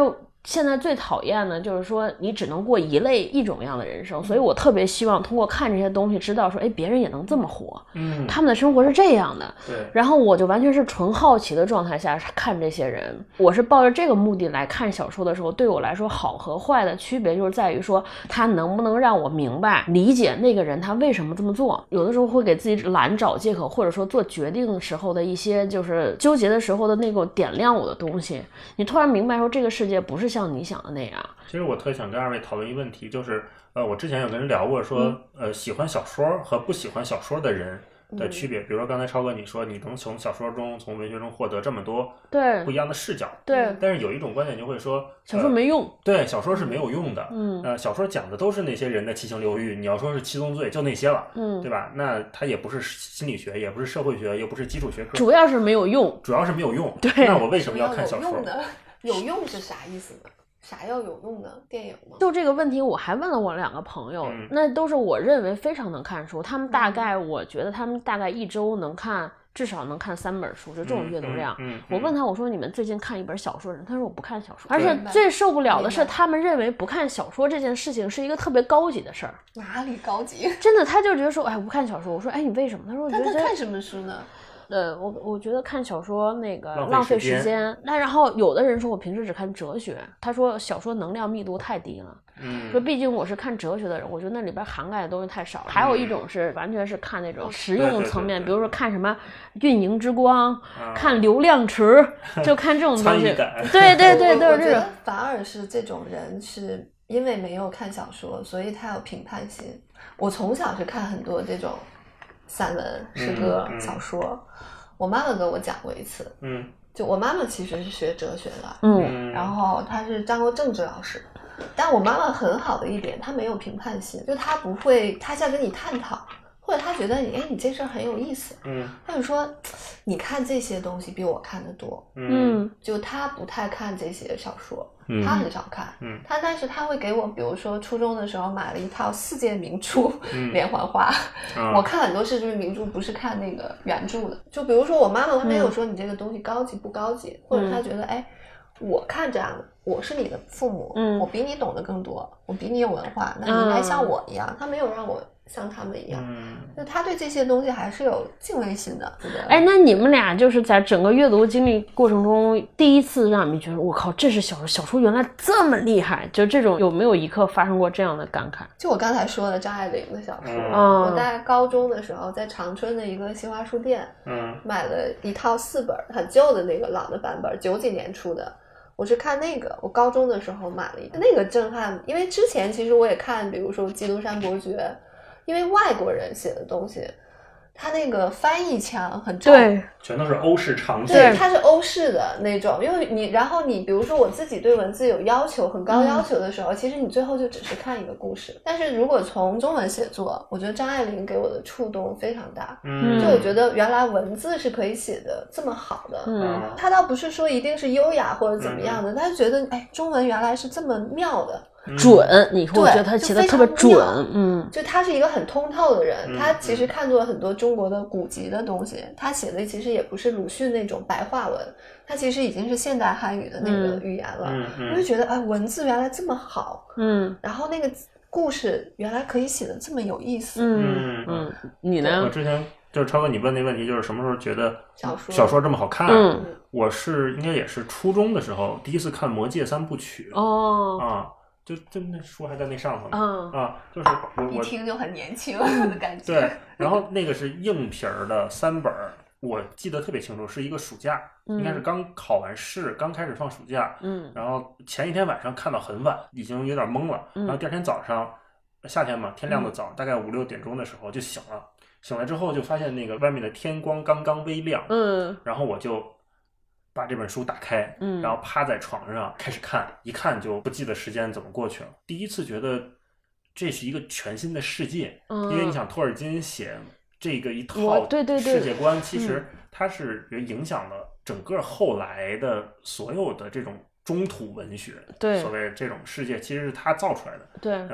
现在最讨厌的就是说你只能过一类一种样的人生，所以我特别希望通过看这些东西知道说，哎，别人也能这么活， 嗯， 他们的生活是这样的。 对， 然后我就完全是纯好奇的状态下看这些人，我是抱着这个目的来看小说的时候，对我来说好和坏的区别就是在于说他能不能让我明白理解那个人他为什么这么做。有的时候会给自己懒找借口，或者说做决定时候的一些就是纠结的时候的那种点亮我的东西，你突然明白说这个世界不是像你想的那样。 其实我特想跟二位讨论一个问题，就是呃，我之前有跟人聊过说，嗯、呃，喜欢小说和不喜欢小说的人的区别。嗯、比如说刚才超哥你说你能从小说中、从文学中获得这么多对不一样的视角， 对。 但是有一种观点就会说， 小说没用、呃。 对，小说是没有用的。 嗯。 呃，小说讲的都是那些人的七情六欲，你要说是七宗罪，就那些了，嗯，对吧？那它也不是心理学，也不是社会学，又不是基础学科， 主要是没有用， 主要是没有用。 对。 那我为什么要看小说？ 有用的，有用是啥意思呢？啥要有用的电影吗？ 就这个问题我还问了我两个朋友、嗯、那都是我认为非常能看书，他们大概、嗯、我觉得他们大概一周能看至少能看三本书，就这种阅读量、 嗯嗯嗯、 我问他我说你们最近看一本小说人，他说我不看小说，而且最受不了的是他们认为不看小说这件事情是一个特别高级的事儿。 哪里高级？ 真的，他就觉得说哎我不看小说，我说哎你为什么？他说我觉得他看什么书呢？ 呃，我我觉得看小说那个浪费时间。那然后有的人说我平时只看哲学，他说小说能量密度太低了。 嗯， 说毕竟我是看哲学的人，我觉得那里边涵盖的东西太少了。嗯、还有一种是完全是看那种实用层面， 对对对对比如说看什么运营之光，啊、看流量池，就看这种东西。对对对，都是这种。 反而是这种人是因为没有看小说，所以他有评判心。我从小是看很多这种散文、诗歌、 嗯嗯、 小说。我妈妈跟我讲过一次， 嗯， 就我妈妈其实是学哲学的， 嗯， 然后她是当过政治老师，但我妈妈很好的一点，她没有评判心，就她不会，她在跟你探讨，或者她觉得你，哎，你这事儿很有意思， 嗯， 她就说，你看这些东西比我看的多， 嗯， 就她不太看这些小说。 嗯、 他很少看， 嗯， 他但是他会给我，比如说初中的时候买了一套世界名著、嗯、连环画、 嗯， 我看很多世界名著不是看那个原著的，就比如说我妈妈她没有说你这个东西高级不高级，嗯、或者她觉得哎，我看这样的，我是你的父母， 嗯， 我比你懂得更多，我比你有文化，那你应该像我一样，他、嗯、没有让我像他们一样， 嗯， 那他对这些东西还是有敬畏心的。 哎，那你们俩就是在整个阅读经历过程中，第一次让你们觉得我靠，这是小说，小说原来这么厉害，就这种有没有一刻发生过这样的感慨？ 就我刚才说的张爱玲的小说， 嗯、 我在高中的时候在长春的一个新华书店， 嗯， 买了一套四本很旧的那个老的版本，九几年出的。我是看那个，我高中的时候买了一个，那个震撼，因为之前其实我也看，比如说《基督山伯爵》。因为外国人写的东西，他那个翻译腔很重， 对， 全都是欧式长句， 对，它是欧式的那种。因为你，然后你，比如说我自己对文字有要求，很高要求的时候，嗯、其实你最后就只是看一个故事。但是如果从中文写作，我觉得张爱玲给我的触动非常大。 嗯， 就我觉得原来文字是可以写的这么好的。 嗯， 他倒不是说一定是优雅或者怎么样的，他、嗯、觉得哎，中文原来是这么妙的。 准，你说我觉得他写的特别准，嗯， 就他是一个很通透的人，他其实看过很多中国的古籍的东西，他写的其实也不是鲁迅那种白话文，他其实已经是现代汉语的那个语言了， 嗯嗯、 我就觉得哎，文字原来这么好， 嗯， 然后那个故事原来可以写的这么有意思， 嗯嗯，你呢？ 我之前就是超哥，你问那问题就是什么时候觉得小说小说这么好看？ 嗯， 我是应该也是初中的时候第一次看《魔戒三部曲》 哦啊。就就那书还在那上头呢， 嗯啊，就是我我一听就很年轻的感觉。 对，然后那个是硬皮儿的三本，我记得特别清楚，是一个暑假， 嗯、 应该是刚考完试，刚开始放暑假， 嗯， 然后前一天晚上看到很晚，已经有点懵了， 嗯、 然后第二天早上，夏天嘛，天亮的早，嗯、大概五六点钟的时候就醒了，醒了之后就发现那个外面的天光刚刚微亮， 嗯， 然后我就把这本书打开， 嗯， 然后趴在床上开始看，一看就不记得时间怎么过去了。第一次觉得这是一个全新的世界， 嗯、 因为你想托尔金写这个一套对对对世界观，其实它是影响了整个后来的所有的这种中土文学， 对， 所谓这种世界其实是他造出来的， 对啊。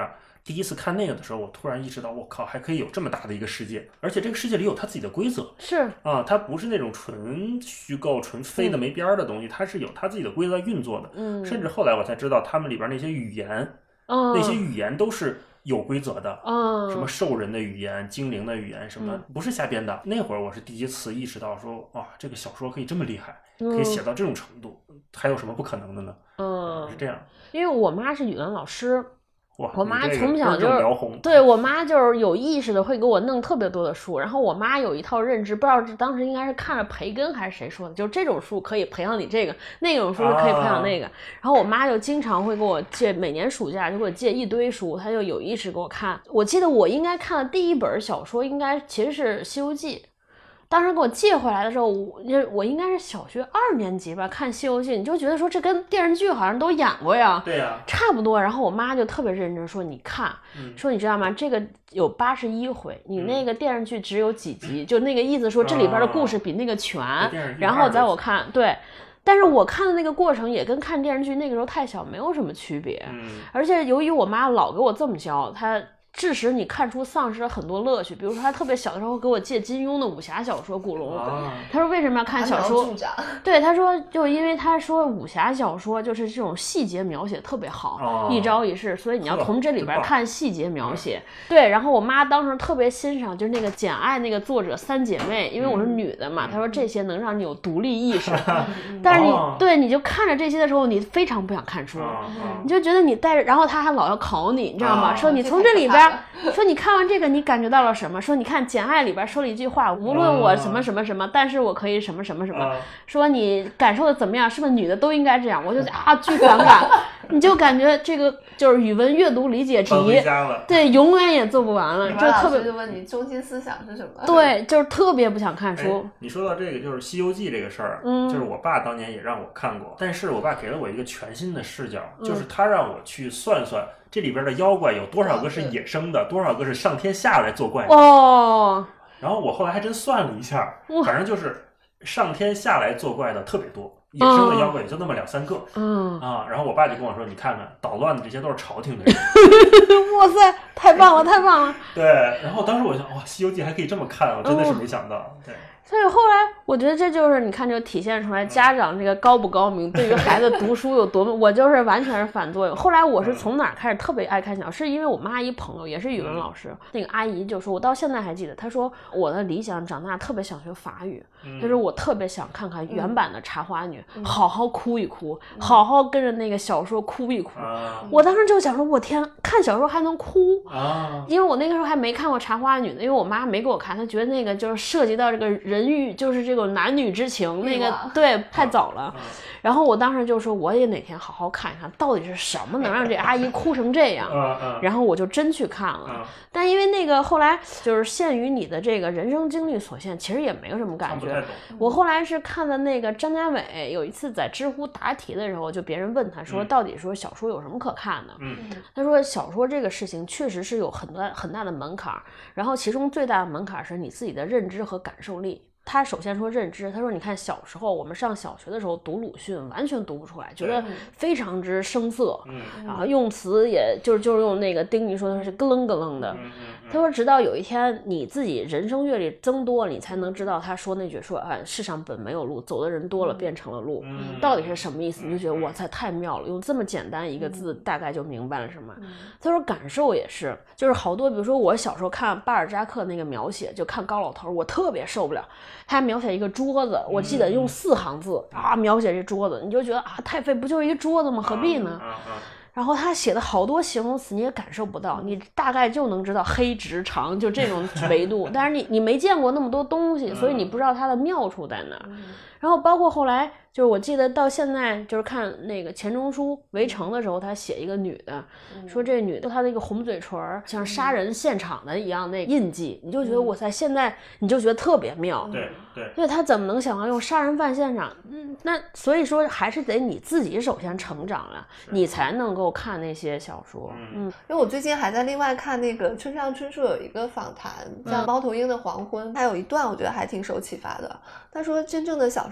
第一次看那个的时候，我突然意识到，我靠，还可以有这么大的一个世界，而且这个世界里有它自己的规则。 是啊，它不是那种纯虚构、纯飞的没边儿的东西，它是有它自己的规则运作的。嗯，甚至后来我才知道，他们里边那些语言， 嗯， 那些语言都是有规则的。 嗯， 什么兽人的语言、精灵的语言，什么不是瞎编的。那会儿我是第一次意识到说，哇，这个小说可以这么厉害，可以写到这种程度，还有什么不可能的呢？嗯，是这样。 因为我妈是语文老师。 哇， 我妈从小就是，对我妈就是有意识的会给我弄特别多的书，然后我妈有一套认知，不知道当时应该是看着培根还是谁说的，就是这种书可以培养你这个，那种书是可以培养那个。啊、然后我妈就经常会给我借，每年暑假就给我借一堆书，她就有意识给我看。我记得我应该看的第一本小说应该其实是《西游记》。当时给我借回来的时候，我我应该是小学二年级吧，看《西游记》，你就觉得说这跟电视剧好像都演过呀， 对呀， 差不多。然后我妈就特别认真说：“你看，嗯、说你知道吗？这个有八十一回，你那个电视剧只有几集，嗯、就那个意思，说这里边的故事比那个全。哦、然后在我看，对。”但是我看的那个过程也跟看电视剧那个时候太小没有什么区别，嗯、而且由于我妈老给我这么教，她。致使你看出丧失了很多乐趣，比如说他特别小的时候给我借金庸的武侠小说《古龙》，啊、他说为什么要看小说？对，他说就因为他说武侠小说就是这种细节描写特别好，啊、一招一式，所以你要从这里边看细节描写。对，然后我妈当时特别欣赏就是那个《简爱》那个作者三姐妹，因为我是女的嘛，她、嗯、说这些能让你有独立意识，但是你、哦、对你就看着这些的时候，你非常不想看书，啊、你就觉得你带着，然后他还老要考你，你知道吗？啊、说你从这里边。说你看完这个你感觉到了什么？说你看《简爱》里边说了一句话，无论我什么什么什么，但是我可以什么什么什么。说你感受的怎么样？是不是女的都应该这样？我就啊巨反感，你就感觉这个就是语文阅读理解题，对，永远也做不完了。就特别就问你中心思想是什么？ 对，就是特别不想看书。 你说到这个就是《西游记》这个事儿，嗯，就是我爸当年也让我看过，但是我爸给了我一个全新的视角，嗯、就是他让我去算算。这里边的妖怪有多少个是野生的，多少个是上天下来作怪的哦。然后我后来还真算了一下，反正就是上天下来作怪的特别多，野生的妖怪也就那么两三个。嗯啊，然后我爸就跟我说：“你看看，捣乱的这些都是朝廷的人。” 哇塞，太棒了，太棒了！ 对，然后当时我想，哇，《西游记》还可以这么看，我真的是没想到。对。 所以后来我觉得这就是你看就体现出来家长这个高不高明，对于孩子读书有多么，我就是完全是反作用。后来我是从哪儿开始特别爱看小说，是因为我妈一朋友也是语文老师，那个阿姨就说，我到现在还记得，她说我的理想长大特别想学法语，她说我特别想看看原版的茶花女，好好哭一哭，好好跟着那个小说哭一哭。我当时就想说，我天，看小说还能哭啊！因为我那个时候还没看过茶花女呢，因为我妈没给我看，她觉得那个就是涉及到这个人欲，就是这种男女之情，那个对太早了。然后我当时就说，我也哪天好好看一看，到底是什么能让这阿姨哭成这样。然后我就真去看了，但因为那个后来就是限于你的这个人生经历所限，其实也没有什么感觉。我后来是看的那个张家伟有一次在知乎答题的时候，就别人问他说，到底说小说有什么可看的？嗯，他说小说这个事情确实是有很大很大的门槛，然后其中最大的门槛是你自己的认知和感受力。他首先说认知，他说你看小时候我们上小学的时候读鲁迅完全读不出来，觉得非常之生涩，嗯，然后用词也就是就是用那个丁妮说的是咯楞咯楞的。他说直到有一天你自己人生阅历增多了，你才能知道他说那句说啊世上本没有路，走的人多了变成了路，嗯，到底是什么意思？你就觉得哇塞太妙了，用这么简单一个字大概就明白了什么。他说感受也是，就是好多比如说我小时候看巴尔扎克那个描写，就看高老头我特别受不了，他描写一个桌子，我记得用四行字啊描写这桌子，你就觉得啊太废，不就是一个桌子吗？何必呢？然后他写的好多形容词你也感受不到，你大概就能知道黑直长就这种维度，但是你你没见过那么多东西，所以你不知道它的妙处在哪。然后包括后来就是我记得到现在就是看那个钱钟书围城的时候，他写一个女的，说这女的她的一个红嘴唇像杀人现场的一样那印记，你就觉得我在现在你就觉得特别妙。 对对， 所以他怎么能想到用杀人犯现场？嗯，那所以说还是得你自己首先成长了，你才能够看那些小说。嗯， 因为我最近还在另外看那个村上春树有一个访谈叫《猫头鹰的黄昏》，他有一段我觉得还挺受启发的。他说真正的小说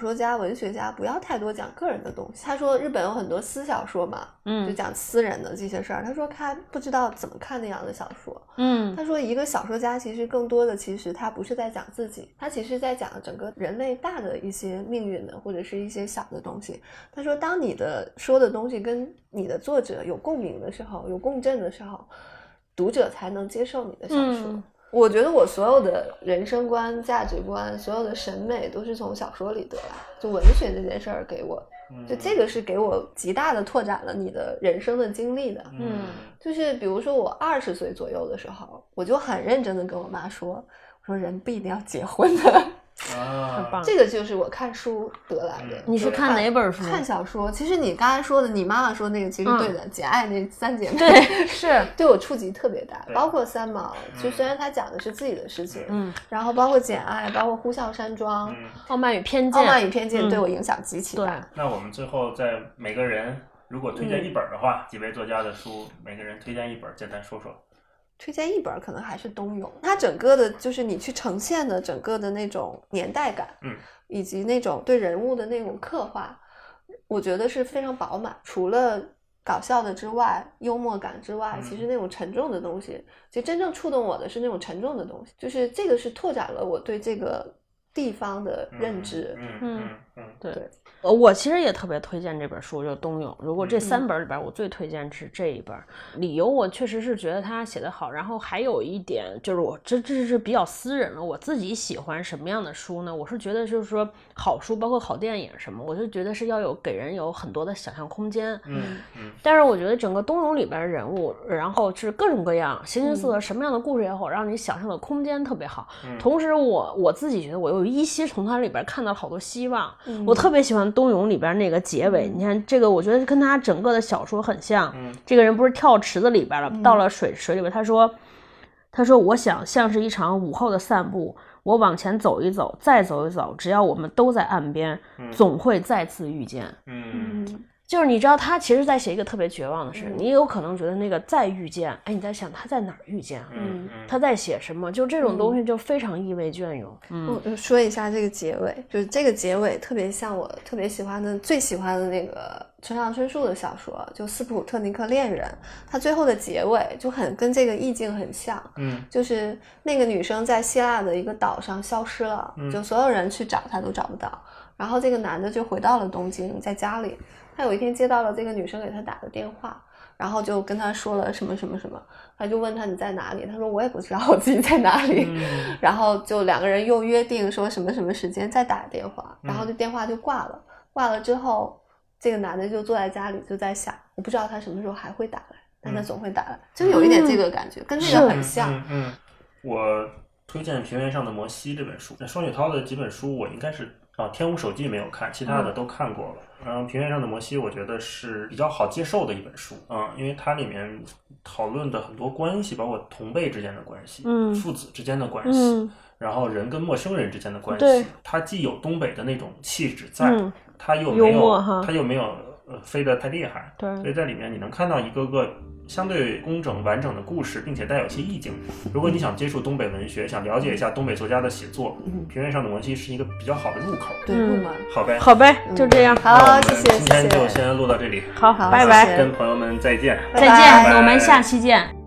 说家文学家不要太多讲个人的东西。他说日本有很多私小说嘛，嗯，就讲私人的这些事儿。他说他不知道怎么看那样的小说，嗯，他说一个小说家其实更多的其实他不是在讲自己，他其实在讲整个人类大的一些命运的或者是一些小的东西。他说当你的说的东西跟你的作者有共鸣的时候，有共振的时候，读者才能接受你的小说。嗯，我觉得我所有的人生观、价值观，所有的审美都是从小说里得来。就文学这件事儿给我，就这个是给我极大的拓展了你的人生的经历的。嗯，就是比如说我二十岁左右的时候，我就很认真的跟我妈说，我说人不一定要结婚的。 啊， 这个就是我看书得来的。 嗯、你是看哪本书？ 看小说。其实你刚才说的，你妈妈说那个其实对的，嗯、简爱那三姐妹， 对，是对我触及特别大。包括三毛，就虽然他讲的是自己的事情，嗯，然后包括简爱，包括呼啸山庄， 嗯、傲慢与偏见， 傲慢与偏见对我影响极其大。 嗯、 那我们最后在每个人如果推荐一本的话，嗯、几位作家的书，每个人推荐一本，简单说说。 推荐一本可能还是冬泳，它整个的就是你去呈现的整个的那种年代感，嗯，以及那种对人物的那种刻画，我觉得是非常饱满。除了搞笑的之外，幽默感之外，其实那种沉重的东西，其实真正触动我的是那种沉重的东西，就是这个是拓展了我对这个地方的认知。 嗯嗯嗯， 对。我其实也特别推荐这本书，就是冬泳。如果这三本里边，我最推荐是这一本。嗯、理由我确实是觉得他写得好，然后还有一点就是我这这是比较私人了。我自己喜欢什么样的书呢？我是觉得就是说好书，包括好电影什么，我就觉得是要有给人有很多的想象空间。 嗯嗯。 但是我觉得整个冬泳里边的人物，然后是各种各样、形形色色，什么样的故事也好，让你想象的空间特别好。嗯、同时我我自己觉得我有依稀从它里边看到了好多希望。嗯、我特别喜欢冬泳里边那个结尾，嗯、你看这个我觉得跟他整个的小说很像。嗯、这个人不是跳池子里边了，嗯、到了水水里边，他说他说我想像是一场午后的散步，我往前走一走，再走一走，只要我们都在岸边，嗯、总会再次遇见。 嗯， 就是你知道他其实在写一个特别绝望的事，嗯、你有可能觉得那个再遇见，哎，你在想他在哪儿遇见？ 嗯， 他在写什么？就这种东西就非常意味隽永。 嗯，我说一下这个结尾，就是这个结尾特别像我特别喜欢的、最喜欢的那个村上春树的小说，就《斯普特尼克恋人》，他最后的结尾就很跟这个意境很像。 嗯， 就是那个女生在希腊的一个岛上消失了，嗯、就所有人去找她都找不到，然后这个男的就回到了东京，在家里。他有一天接到了这个女生给他打的电话，然后就跟他说了什么什么什么，他就问他你在哪里，他说我也不知道我自己在哪里。嗯、然后就两个人又约定说什么什么时间再打电话，然后这电话就挂了。嗯、挂了之后，这个男的就坐在家里就在想，我不知道他什么时候还会打来，但他总会打来，嗯、就有一点这个感觉，嗯、跟这个很像。 嗯，嗯嗯我推荐《平原上的摩西》这本书。那双雪涛的几本书我应该是啊，《天无手记》没有看，其他的都看过了。然后《平原上的摩西》我觉得是比较好接受的一本书啊、嗯，因为它里面讨论的很多关系，包括同辈之间的关系，嗯，父子之间的关系，嗯、然后人跟陌生人之间的关系，它既有东北的那种气质在，嗯、它又没有，它又没有呃飞得太厉害， 对， 所以在里面你能看到一个个相对工整完整的故事，并且带有些意境。如果你想接触东北文学，想了解一下东北作家的写作，嗯、平原上的摩西是一个比较好的入口。 对，入门。 好呗， 好呗，就这样。 好，谢谢， 今天就先录到这里。 好，拜拜， 跟朋友们再见， 再见，我们下期见。